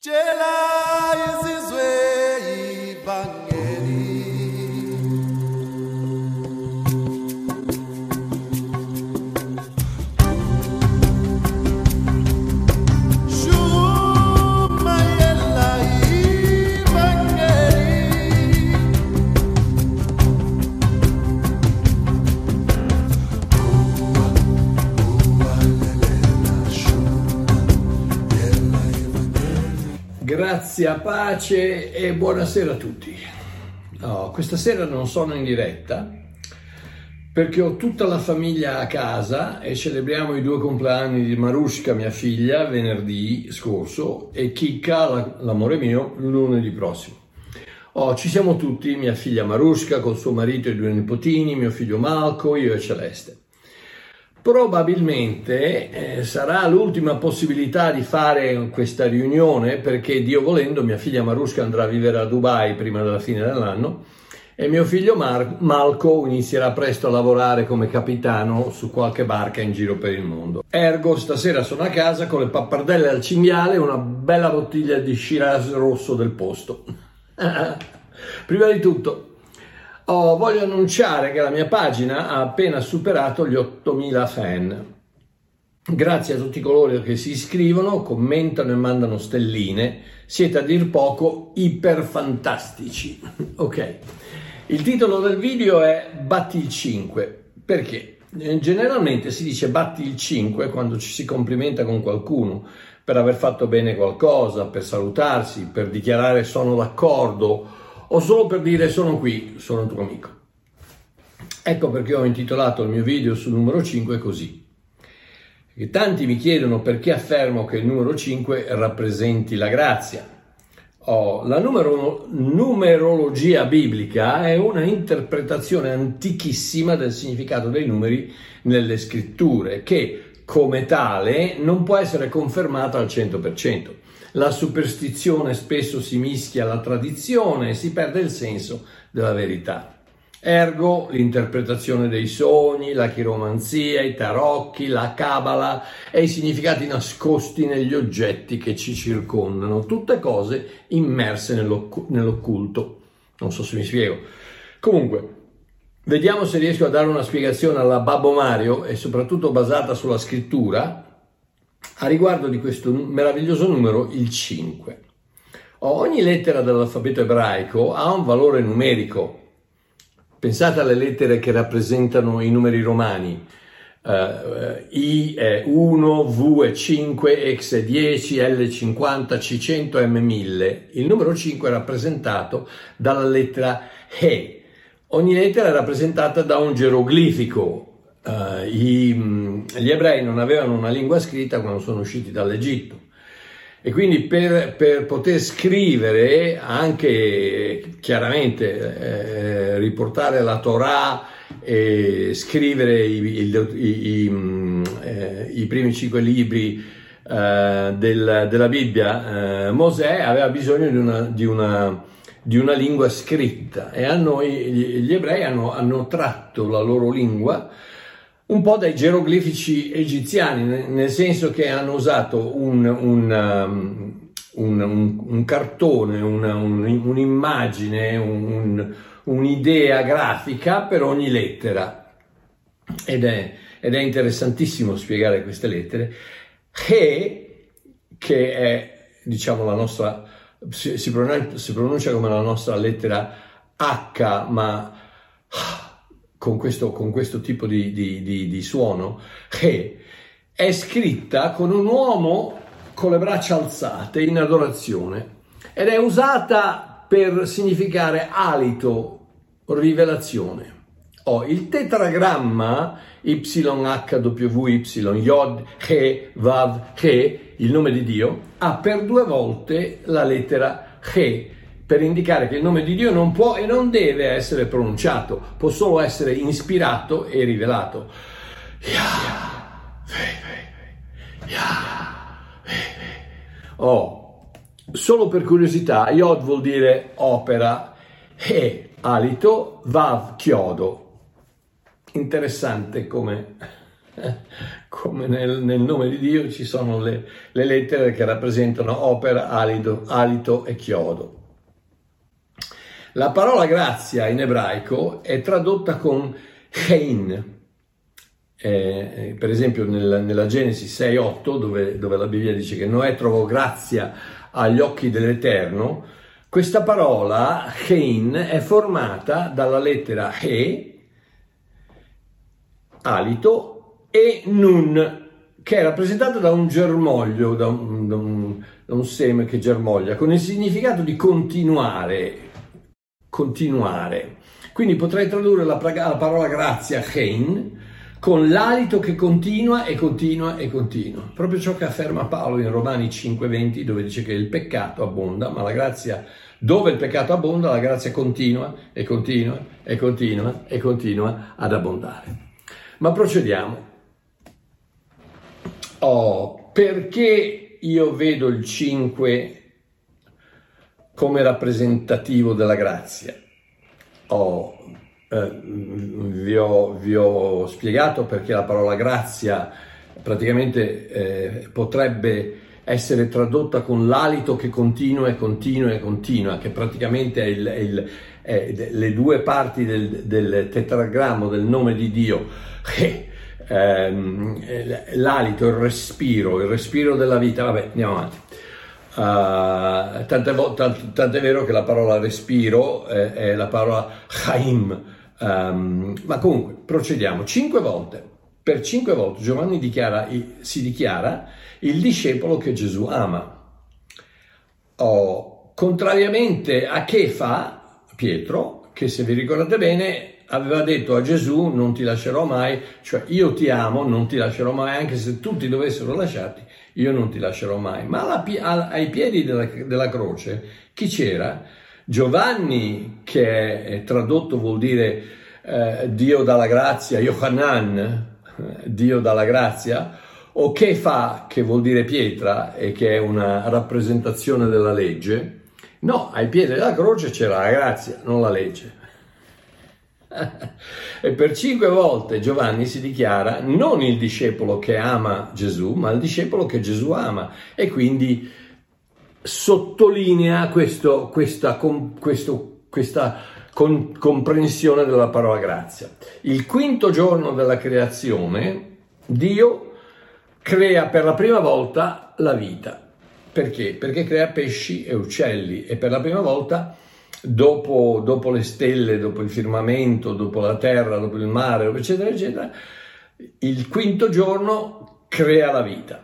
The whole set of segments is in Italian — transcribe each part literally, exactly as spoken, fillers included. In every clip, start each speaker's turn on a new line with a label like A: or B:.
A: Grazia, pace e buonasera a tutti. Oh, questa sera non sono in diretta perché ho tutta la famiglia a casa e celebriamo i due compleanni di Marushka, mia figlia, venerdì scorso, e Kika, l'amore mio, lunedì prossimo. Oh, ci siamo tutti, mia figlia Marushka col suo marito e due nipotini, mio figlio Malco, io e Celeste. Probabilmente eh, sarà l'ultima possibilità di fare questa riunione perché, Dio volendo, mia figlia Marushka andrà a vivere a Dubai prima della fine dell'anno e mio figlio Mar- Malco inizierà presto a lavorare come capitano su qualche barca in giro per il mondo. Ergo, stasera sono a casa con le pappardelle al cinghiale e una bella bottiglia di Shiraz rosso del posto. Prima di tutto, Oh, voglio annunciare che la mia pagina ha appena superato gli ottomila fan. Grazie a tutti coloro che si iscrivono, commentano e mandano stelline. Siete a dir poco iperfantastici. Ok. Il titolo del video è Batti il cinque. Perché? Generalmente si dice batti il cinque quando ci si complimenta con qualcuno per aver fatto bene qualcosa, per salutarsi, per dichiarare sono d'accordo, o solo per dire sono qui, sono tuo amico. Ecco perché ho intitolato il mio video sul numero cinque così. E tanti mi chiedono perché affermo che il numero cinque rappresenti la grazia. Oh, la numero, numerologia biblica è una interpretazione antichissima del significato dei numeri nelle scritture, che come tale non può essere confermata al cento per cento. La superstizione spesso si mischia alla tradizione e si perde il senso della verità. Ergo, l'interpretazione dei sogni, la chiromanzia, i tarocchi, la cabala e i significati nascosti negli oggetti che ci circondano, tutte cose immerse nell'occ- nell'occulto. Non so se mi spiego. Comunque, vediamo se riesco a dare una spiegazione alla Babbo Mario e soprattutto basata sulla scrittura a riguardo di questo meraviglioso numero, il cinque. Ogni lettera dell'alfabeto ebraico ha un valore numerico. Pensate alle lettere che rappresentano i numeri romani. Uh, I è uno, V è cinque, X è dieci, L è cinquanta, C cento, M mille. Il numero cinque è rappresentato dalla lettera He. Ogni lettera è rappresentata da un geroglifico. Uh, i, gli ebrei non avevano una lingua scritta quando sono usciti dall'Egitto e quindi per, per poter scrivere anche chiaramente eh, riportare la Torah e scrivere i, i, i, i, eh, i primi cinque libri eh, del, della Bibbia, eh, Mosè aveva bisogno di una, di una di una lingua scritta e a noi gli, gli ebrei hanno, hanno tratto la loro lingua un po' dai geroglifici egiziani, nel senso che hanno usato un, un, um, un, un, un cartone, una, un, un'immagine, un, un'idea grafica per ogni lettera. Ed è, ed è interessantissimo spiegare queste lettere. He, che è, diciamo, la nostra, si, si, pronuncia, si pronuncia come la nostra lettera H, ma Con questo, con questo tipo di, di, di, di suono, che è scritta con un uomo con le braccia alzate in adorazione ed è usata per significare alito, rivelazione. Oh, il tetragramma Y H W Y Yod He Vav He, il nome di Dio, ha per due volte la lettera He, per indicare che il nome di Dio non può e non deve essere pronunciato, può solo essere ispirato e rivelato. Oh, solo per curiosità, Yod vuol dire opera, He, alito, Vav, chiodo. Interessante come come nel, nel nome di Dio ci sono le, le lettere che rappresentano opera, alito, alito e chiodo. La parola grazia in ebraico è tradotta con chein. Eh, per esempio nel, nella Genesi sei otto, dove, dove la Bibbia dice che Noè trovò grazia agli occhi dell'Eterno, questa parola chein è formata dalla lettera he, alito, e nun, che è rappresentata da un germoglio, da un, da un, da un seme che germoglia, con il significato di continuare, continuare. Quindi potrei tradurre la, la parola grazia, chein, con l'alito che continua e continua e continua. Proprio ciò che afferma Paolo in Romani cinque venti, dove dice che il peccato abbonda, ma la grazia, dove il peccato abbonda, la grazia continua e continua e continua e continua ad abbondare. Ma procediamo. Oh, perché io vedo il cinque come rappresentativo della grazia? Oh, eh, vi, ho, vi ho spiegato perché la parola grazia praticamente eh, potrebbe essere tradotta con l'alito che continua e continua e continua, che praticamente è, il, è, il, è le due parti del, del tetragrammo del nome di Dio. Eh, ehm, l'alito, il respiro, il respiro della vita. Vabbè, andiamo avanti. Uh, tant'è, tant, tant'è vero che la parola respiro è, è la parola chaim, um, ma comunque procediamo. Cinque volte, per cinque volte Giovanni dichiara, si dichiara il discepolo che Gesù ama. Oh, contrariamente a Chefa, Pietro, che se vi ricordate bene aveva detto a Gesù non ti lascerò mai, cioè io ti amo, non ti lascerò mai, anche se tutti dovessero lasciarti, io non ti lascerò mai. Ma alla, ai piedi della, della croce chi c'era? Giovanni, che è tradotto vuol dire eh, Dio dà la grazia, Yohanan, Dio dà la grazia, o Chefa, che vuol dire pietra e che è una rappresentazione della legge. No, ai piedi della croce c'era la grazia, non la legge. E per cinque volte Giovanni si dichiara non il discepolo che ama Gesù, ma il discepolo che Gesù ama, e quindi sottolinea questo, questa, questo, questa con, comprensione della parola grazia. Il quinto giorno della creazione Dio crea per la prima volta la vita. Perché? Perché crea pesci e uccelli, e per la prima volta Dopo, dopo le stelle, dopo il firmamento, dopo la terra, dopo il mare, eccetera, eccetera, il quinto giorno crea la vita.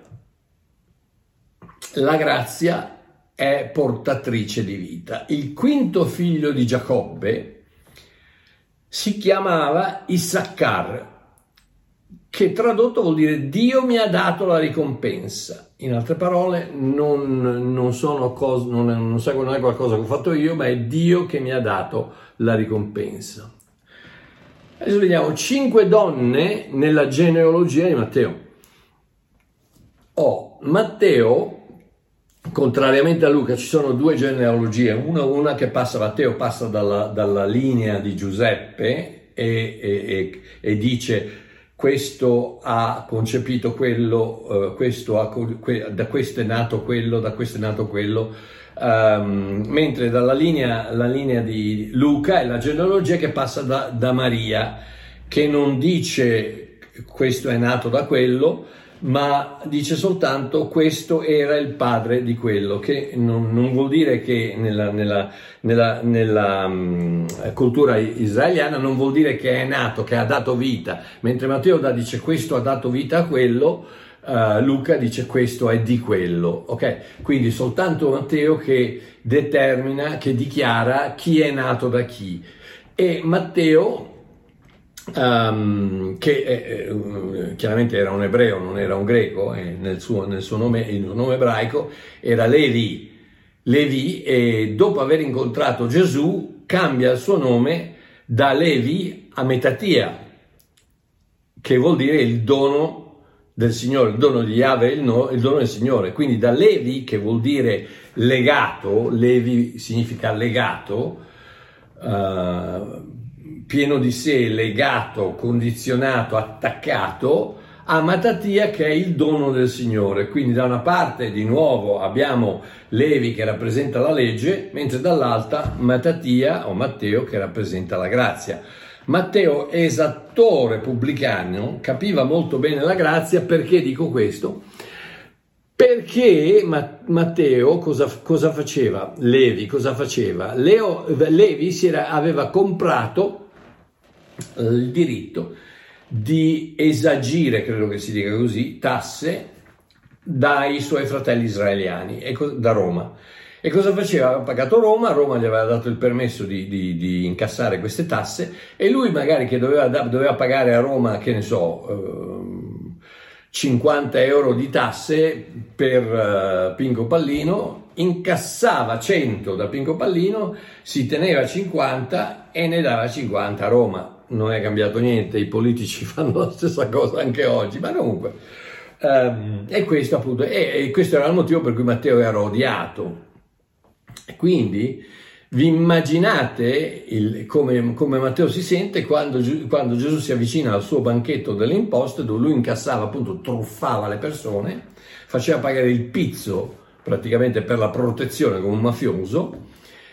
A: La grazia è portatrice di vita. Il quinto figlio di Giacobbe si chiamava Issaccar, che tradotto vuol dire Dio mi ha dato la ricompensa. In altre parole, non, non, sono cose, non, è, non, è, non è qualcosa che ho fatto io, ma è Dio che mi ha dato la ricompensa. Adesso vediamo cinque donne nella genealogia di Matteo. Oh, Matteo, contrariamente a Luca, ci sono due genealogie, una, una che passa, Matteo passa dalla, dalla linea di Giuseppe e, e, e, e dice questo ha concepito quello, uh, questo ha, que, da questo è nato quello, da questo è nato quello, um, mentre dalla linea, la linea di Luca è la genealogia che passa da, da Maria, che non dice questo è nato da quello, ma dice soltanto questo era il padre di quello, che non, non vuol dire che nella, nella, nella, nella um, cultura israeliana non vuol dire che è nato, che ha dato vita, mentre Matteo da, dice questo ha dato vita a quello, uh, Luca dice questo è di quello, ok? Quindi soltanto Matteo che determina, che dichiara chi è nato da chi, e Matteo Um, che eh, eh, chiaramente era un ebreo, non era un greco, e nel suo, nel suo nome, il nome ebraico era Levi, Levi, e dopo aver incontrato Gesù cambia il suo nome da Levi a Metatia, che vuol dire il dono del Signore, il dono di Yahweh, il, no, il dono del Signore. Quindi da Levi, che vuol dire legato, Levi significa legato, uh, pieno di sé, legato, condizionato, attaccato, a Mattatia, che è il dono del Signore. Quindi da una parte di nuovo abbiamo Levi che rappresenta la legge, mentre dall'altra Mattatia o Matteo che rappresenta la grazia. Matteo, esattore pubblicano, capiva molto bene la grazia. Perché dico questo? Perché Matteo cosa, cosa faceva? Levi cosa faceva? Leo, Levi si era, aveva comprato il diritto di esagire, credo che si dica così, tasse dai suoi fratelli israeliani, e da Roma. E cosa faceva? Aveva pagato Roma, Roma gli aveva dato il permesso di, di, di incassare queste tasse, e lui magari che doveva, doveva pagare a Roma, che ne so, eh, cinquanta euro di tasse per uh, Pinco Pallino, incassava cento da Pinco Pallino, si teneva cinquanta e ne dava cinquanta a Roma. Non è cambiato niente, i politici fanno la stessa cosa anche oggi, ma comunque um, e questo appunto e, e questo era il motivo per cui Matteo era odiato. E quindi vi immaginate il, come, come Matteo si sente quando, quando Gesù si avvicina al suo banchetto delle imposte, dove lui incassava, appunto truffava le persone, faceva pagare il pizzo praticamente per la protezione come un mafioso,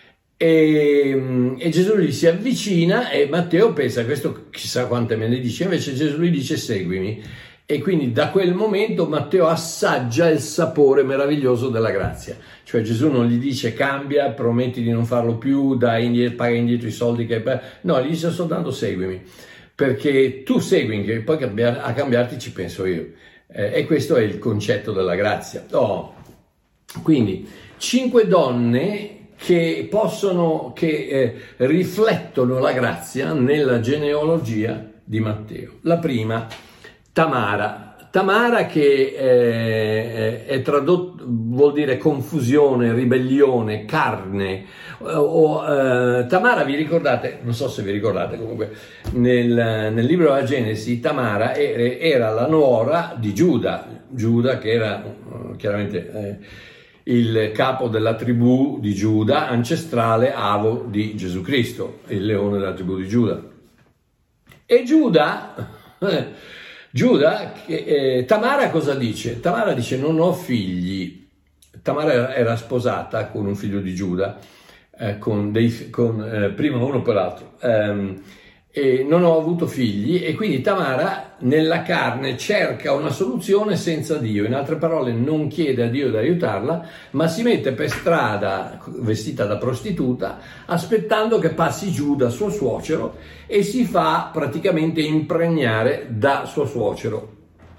A: e, e Gesù gli si avvicina e Matteo pensa, questo chissà quante me ne dice, invece Gesù gli dice seguimi. E quindi da quel momento Matteo assaggia il sapore meraviglioso della grazia. Cioè Gesù non gli dice cambia, prometti di non farlo più, dai indietro, paga indietro i soldi che... No, gli dice soltanto seguimi, perché tu seguimi, che poi a cambiarti ci penso io. Eh, e questo è il concetto della grazia. Oh. Quindi cinque donne che possono, che eh, riflettono la grazia nella genealogia di Matteo. La prima, Tamara. Tamara che eh, è tradotto, vuol dire confusione, ribellione, carne. O, eh, Tamara, vi ricordate, non so se vi ricordate, comunque nel, nel libro della Genesi Tamara era, era la nuora di Giuda, Giuda che era uh, chiaramente eh, il capo della tribù di Giuda, ancestrale avo di Gesù Cristo, il leone della tribù di Giuda. E Giuda... Eh, Giuda, eh, Tamara cosa dice? Tamara dice non ho figli. Tamara era sposata con un figlio di Giuda, eh, con dei, con, eh, prima uno poi l'altro, ehm, e non ho avuto figli, e quindi Tamara nella carne cerca una soluzione senza Dio. In altre parole, non chiede a Dio di aiutarla, ma si mette per strada vestita da prostituta, aspettando che passi Giuda, suo suocero, e si fa praticamente impregnare da suo suocero.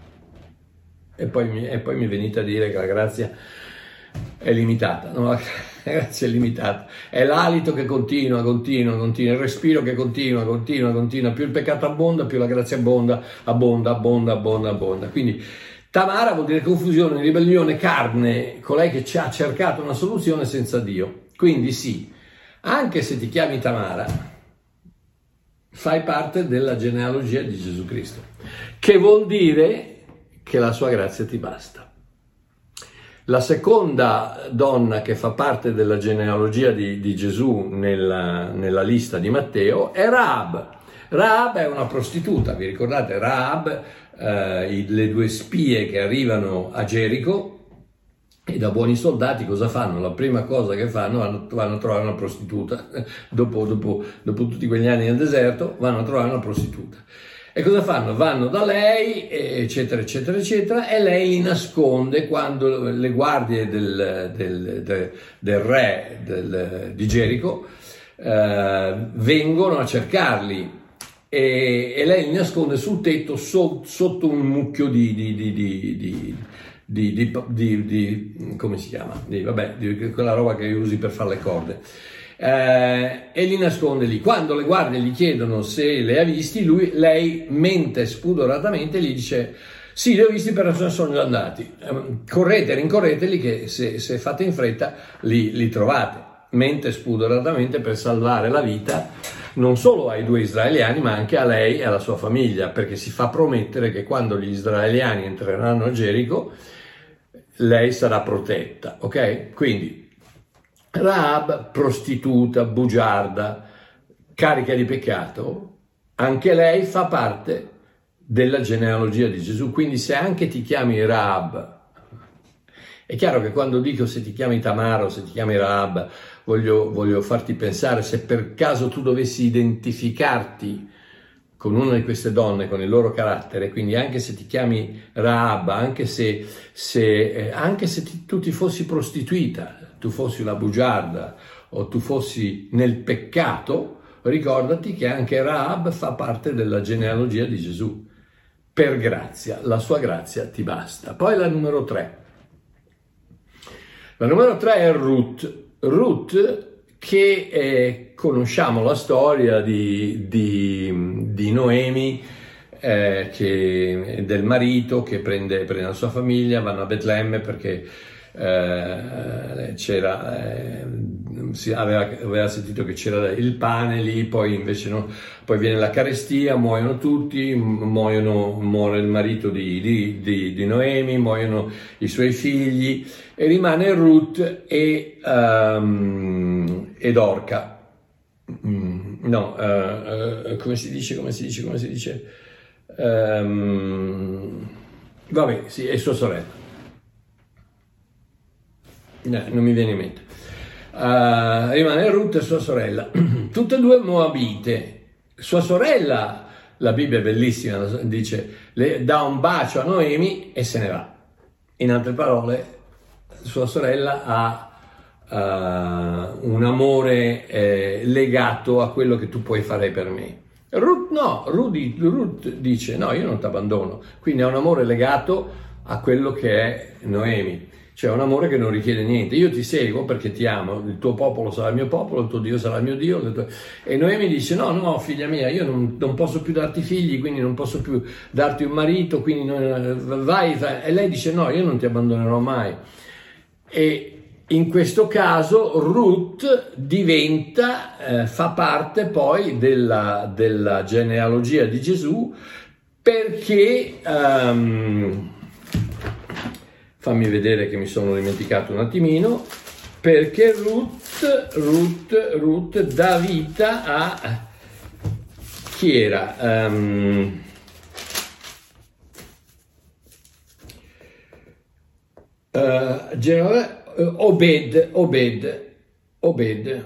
A: E poi mi, e poi mi venite a dire che la grazia è limitata. No, la grazia è limitata. È l'alito che continua, continua, continua, il respiro che continua, continua, continua. Più il peccato abbonda, più la grazia abbonda, abbonda, abbonda, abbonda, abbonda. Quindi Tamara vuol dire confusione, ribellione, carne, colei che ci ha cercato una soluzione senza Dio. Quindi sì, anche se ti chiami Tamara, fai parte della genealogia di Gesù Cristo, che vuol dire che la sua grazia ti basta. La seconda donna che fa parte della genealogia di, di Gesù nella, nella lista di Matteo è Rahab. Rahab è una prostituta, vi ricordate? Rahab, eh, le due spie che arrivano a Gerico, e da buoni soldati cosa fanno? La prima cosa che fanno, vanno, vanno a trovare una prostituta. Dopo, dopo, dopo tutti quegli anni nel deserto, vanno a trovare una prostituta. E cosa fanno? Vanno da lei, eccetera, eccetera, eccetera, e lei li nasconde quando le guardie del, del, del, del re del, di Gerico eh, vengono a cercarli, e, e lei li nasconde sul tetto so, sotto un mucchio di, di, di, di, di Di, di, di, di come si chiama? Di, vabbè, di quella roba che usi per fare le corde, eh, e li nasconde lì. Quando le guardie gli chiedono se le ha visti, lui, lei mente spudoratamente e gli dice sì, li ho visti, però se ne sono già andati. Eh, correte, rincorreteli che se, se fate in fretta li, li trovate. Mente spudoratamente per salvare la vita non solo ai due israeliani, ma anche a lei e alla sua famiglia, perché si fa promettere che quando gli israeliani entreranno a Gerico lei sarà protetta, ok? Quindi Rahab, prostituta, bugiarda, carica di peccato, anche lei fa parte della genealogia di Gesù. Quindi se anche ti chiami Rahab, è chiaro che quando dico se ti chiami Tamar o se ti chiami Rahab, voglio, voglio farti pensare, se per caso tu dovessi identificarti con una di queste donne, con il loro carattere, quindi anche se ti chiami Rahab, anche se, se, eh, anche se ti, tu ti fossi prostituita, tu fossi una bugiarda o tu fossi nel peccato, ricordati che anche Rahab fa parte della genealogia di Gesù. Per grazia, la sua grazia ti basta. Poi la numero tre. La numero tre è Ruth. Ruth che eh, conosciamo la storia di, di, di Noemi, eh, che, del marito che prende, prende la sua famiglia, vanno a Betlemme perché eh, c'era, eh, si aveva, aveva sentito che c'era il pane lì, poi invece no, poi viene la carestia, muoiono tutti, muoiono, muore il marito di, di, di, di Noemi, muoiono i suoi figli e rimane Ruth e, um, ed Orca. Mm, no, uh, uh, come si dice, come si dice, come si dice? Um, vabbè, sì, è sua sorella. No, non mi viene in mente. Uh, rimane Ruth e sua sorella, tutte e due moabite. Sua sorella, la Bibbia è bellissima, dice, le dà un bacio a Noemi e se ne va. In altre parole, sua sorella ha uh, un amore eh, legato a quello che tu puoi fare per me. Ruth no, Ruth, Ruth dice no, io non ti abbandono, quindi ha un amore legato a quello che è Noemi. Cioè un amore che non richiede niente, io ti seguo perché ti amo, il tuo popolo sarà il mio popolo, il tuo Dio sarà il mio Dio. Tue... E Noemi dice no, no figlia mia, io non, non posso più darti figli, quindi non posso più darti un marito, quindi non... vai, vai. E lei dice no, io non ti abbandonerò mai. E in questo caso Ruth diventa, eh, fa parte poi della, della genealogia di Gesù perché... Um, fammi vedere che mi sono dimenticato un attimino, perché Ruth, Ruth, Ruth dà vita a chi era? Um, uh, Genova, uh, Obed, Obed, Obed,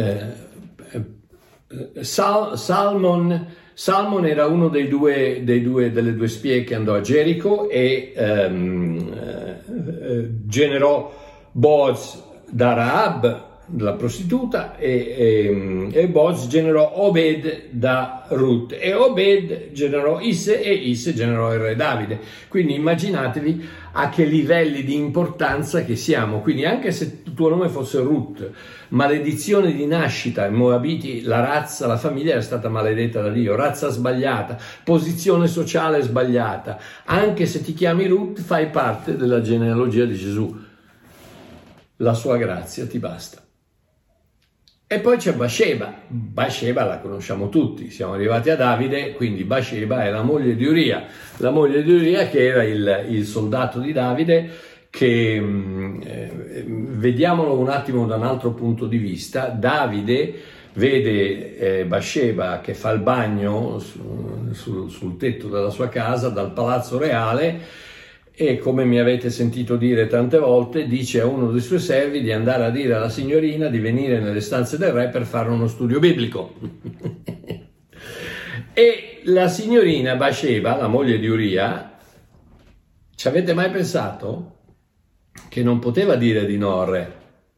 A: uh, Sal, Salmon, Salmon era uno dei due, dei due, delle due spie che andò a Gerico e um, uh, generò Boaz da Rahab, la prostituta, e, e, e Boaz generò Obed da Ruth, e Obed generò Isse, e Isse generò il re Davide. Quindi immaginatevi a che livelli di importanza che siamo. Quindi anche se il tuo nome fosse Ruth, maledizione di nascita, i Moabiti, la razza, la famiglia era stata maledetta da Dio, razza sbagliata, posizione sociale sbagliata. Anche se ti chiami Ruth, fai parte della genealogia di Gesù. La sua grazia ti basta. E poi c'è Bathsheba. Bathsheba la conosciamo tutti, siamo arrivati a Davide, quindi Bathsheba è la moglie di Uria, la moglie di Uria che era il, il soldato di Davide, che eh, vediamolo un attimo da un altro punto di vista. Davide vede eh, Bathsheba che fa il bagno su, su, sul tetto della sua casa, dal palazzo reale, e come mi avete sentito dire tante volte, dice a uno dei suoi servi di andare a dire alla signorina di venire nelle stanze del re per fare uno studio biblico. E la signorina Bathsheba, la moglie di Uria, ci avete mai pensato che non poteva dire di no al re?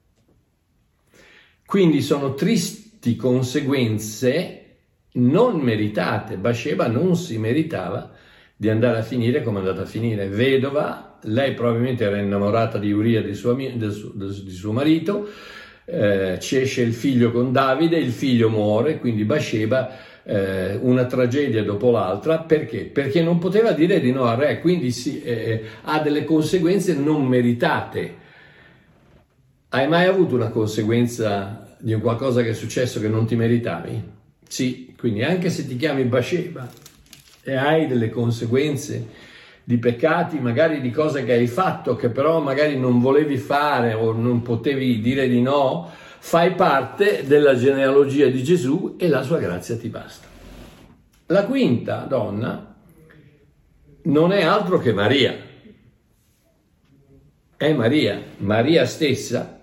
A: Quindi sono tristi conseguenze non meritate. Bathsheba non si meritava di andare a finire come è andata a finire. Vedova, lei probabilmente era innamorata di Uria, di suo, del suo, del, di suo marito, eh, ci esce il figlio con Davide, il figlio muore, quindi Bathsheba, eh, una tragedia dopo l'altra. Perché? Perché non poteva dire di no al re, quindi si, eh, ha delle conseguenze non meritate. Hai mai avuto una conseguenza di un qualcosa che è successo che non ti meritavi? Sì, quindi anche se ti chiami Bathsheba e hai delle conseguenze di peccati, magari di cose che hai fatto che però magari non volevi fare o non potevi dire di no, fai parte della genealogia di Gesù e la sua grazia ti basta. La quinta donna non è altro che Maria. È Maria, Maria stessa,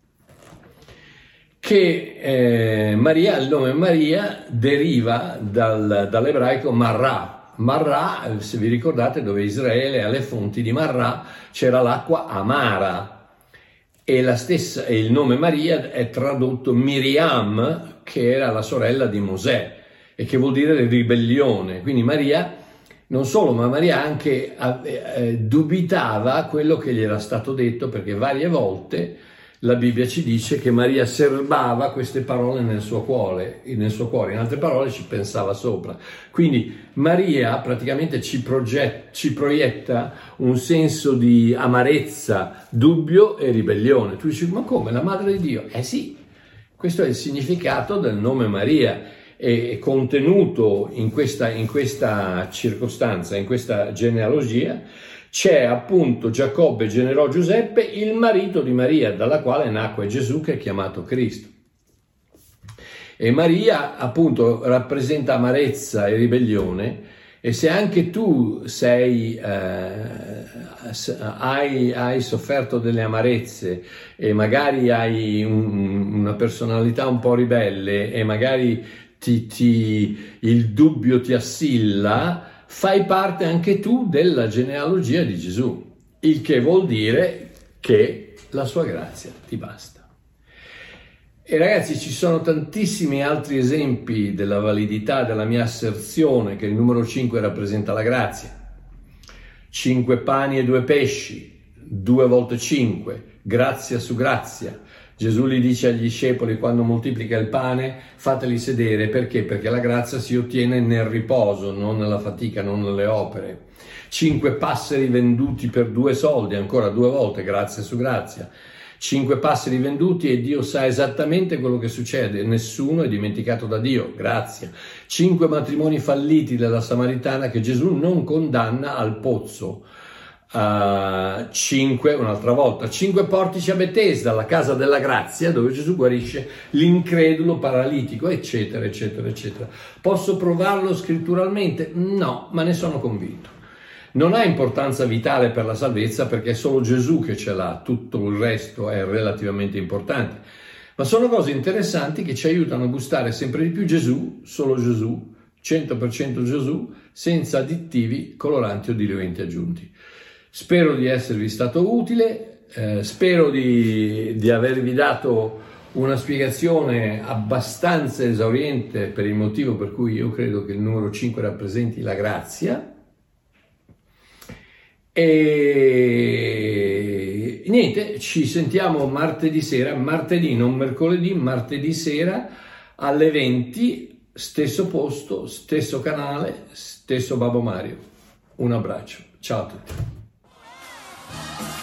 A: che eh, Maria, il nome Maria deriva dal, dall'ebraico Marrà. Marrà, se vi ricordate, dove Israele alle fonti di Marrà c'era l'acqua amara, e, la stessa, e il nome Maria è tradotto Miriam, che era la sorella di Mosè, e che vuol dire ribellione. Quindi Maria, non solo, ma Maria anche eh, dubitava quello che gli era stato detto, perché varie volte la Bibbia ci dice che Maria serbava queste parole nel suo cuore, nel suo cuore, in altre parole ci pensava sopra. Quindi Maria praticamente ci, proget- ci proietta un senso di amarezza, dubbio e ribellione. Tu dici, ma come? La Madre di Dio? Eh sì, questo è il significato del nome Maria, e contenuto in questa, in questa circostanza, in questa genealogia. C'è appunto Giacobbe generò Giuseppe, il marito di Maria, dalla quale nacque Gesù, che è chiamato Cristo. E Maria appunto rappresenta amarezza e ribellione, e se anche tu sei, eh, hai, hai sofferto delle amarezze e magari hai un, una personalità un po' ribelle e magari ti, ti, il dubbio ti assilla, fai parte anche tu della genealogia di Gesù, il che vuol dire che la sua grazia ti basta. E ragazzi, ci sono tantissimi altri esempi della validità della mia asserzione che il numero cinque rappresenta la grazia. Cinque pani e due pesci, due volte cinque, grazia su grazia. Gesù gli dice agli discepoli, quando moltiplica il pane, fateli sedere. Perché? Perché la grazia si ottiene nel riposo, non nella fatica, non nelle opere. Cinque passeri venduti per due soldi, ancora due volte, grazia su grazia. Cinque passeri venduti e Dio sa esattamente quello che succede, nessuno è dimenticato da Dio, grazia. Cinque matrimoni falliti della Samaritana che Gesù non condanna al pozzo. Uh, cinque, un'altra volta, cinque portici a Betesda, la casa della grazia, dove Gesù guarisce l'incredulo paralitico, eccetera, eccetera, eccetera. Posso provarlo scritturalmente? No, ma ne sono convinto. Non ha importanza vitale per la salvezza, perché è solo Gesù che ce l'ha, tutto il resto è relativamente importante. Ma sono cose interessanti che ci aiutano a gustare sempre di più Gesù, solo Gesù, cento per cento Gesù, senza additivi, coloranti o diluenti aggiunti. Spero di esservi stato utile, eh, spero di, di avervi dato una spiegazione abbastanza esauriente per il motivo per cui io credo che il numero cinque rappresenti la grazia. E niente, ci sentiamo martedì sera, martedì, non mercoledì, martedì sera alle venti, stesso posto, stesso canale, stesso Babbo Mario. Un abbraccio, ciao a tutti.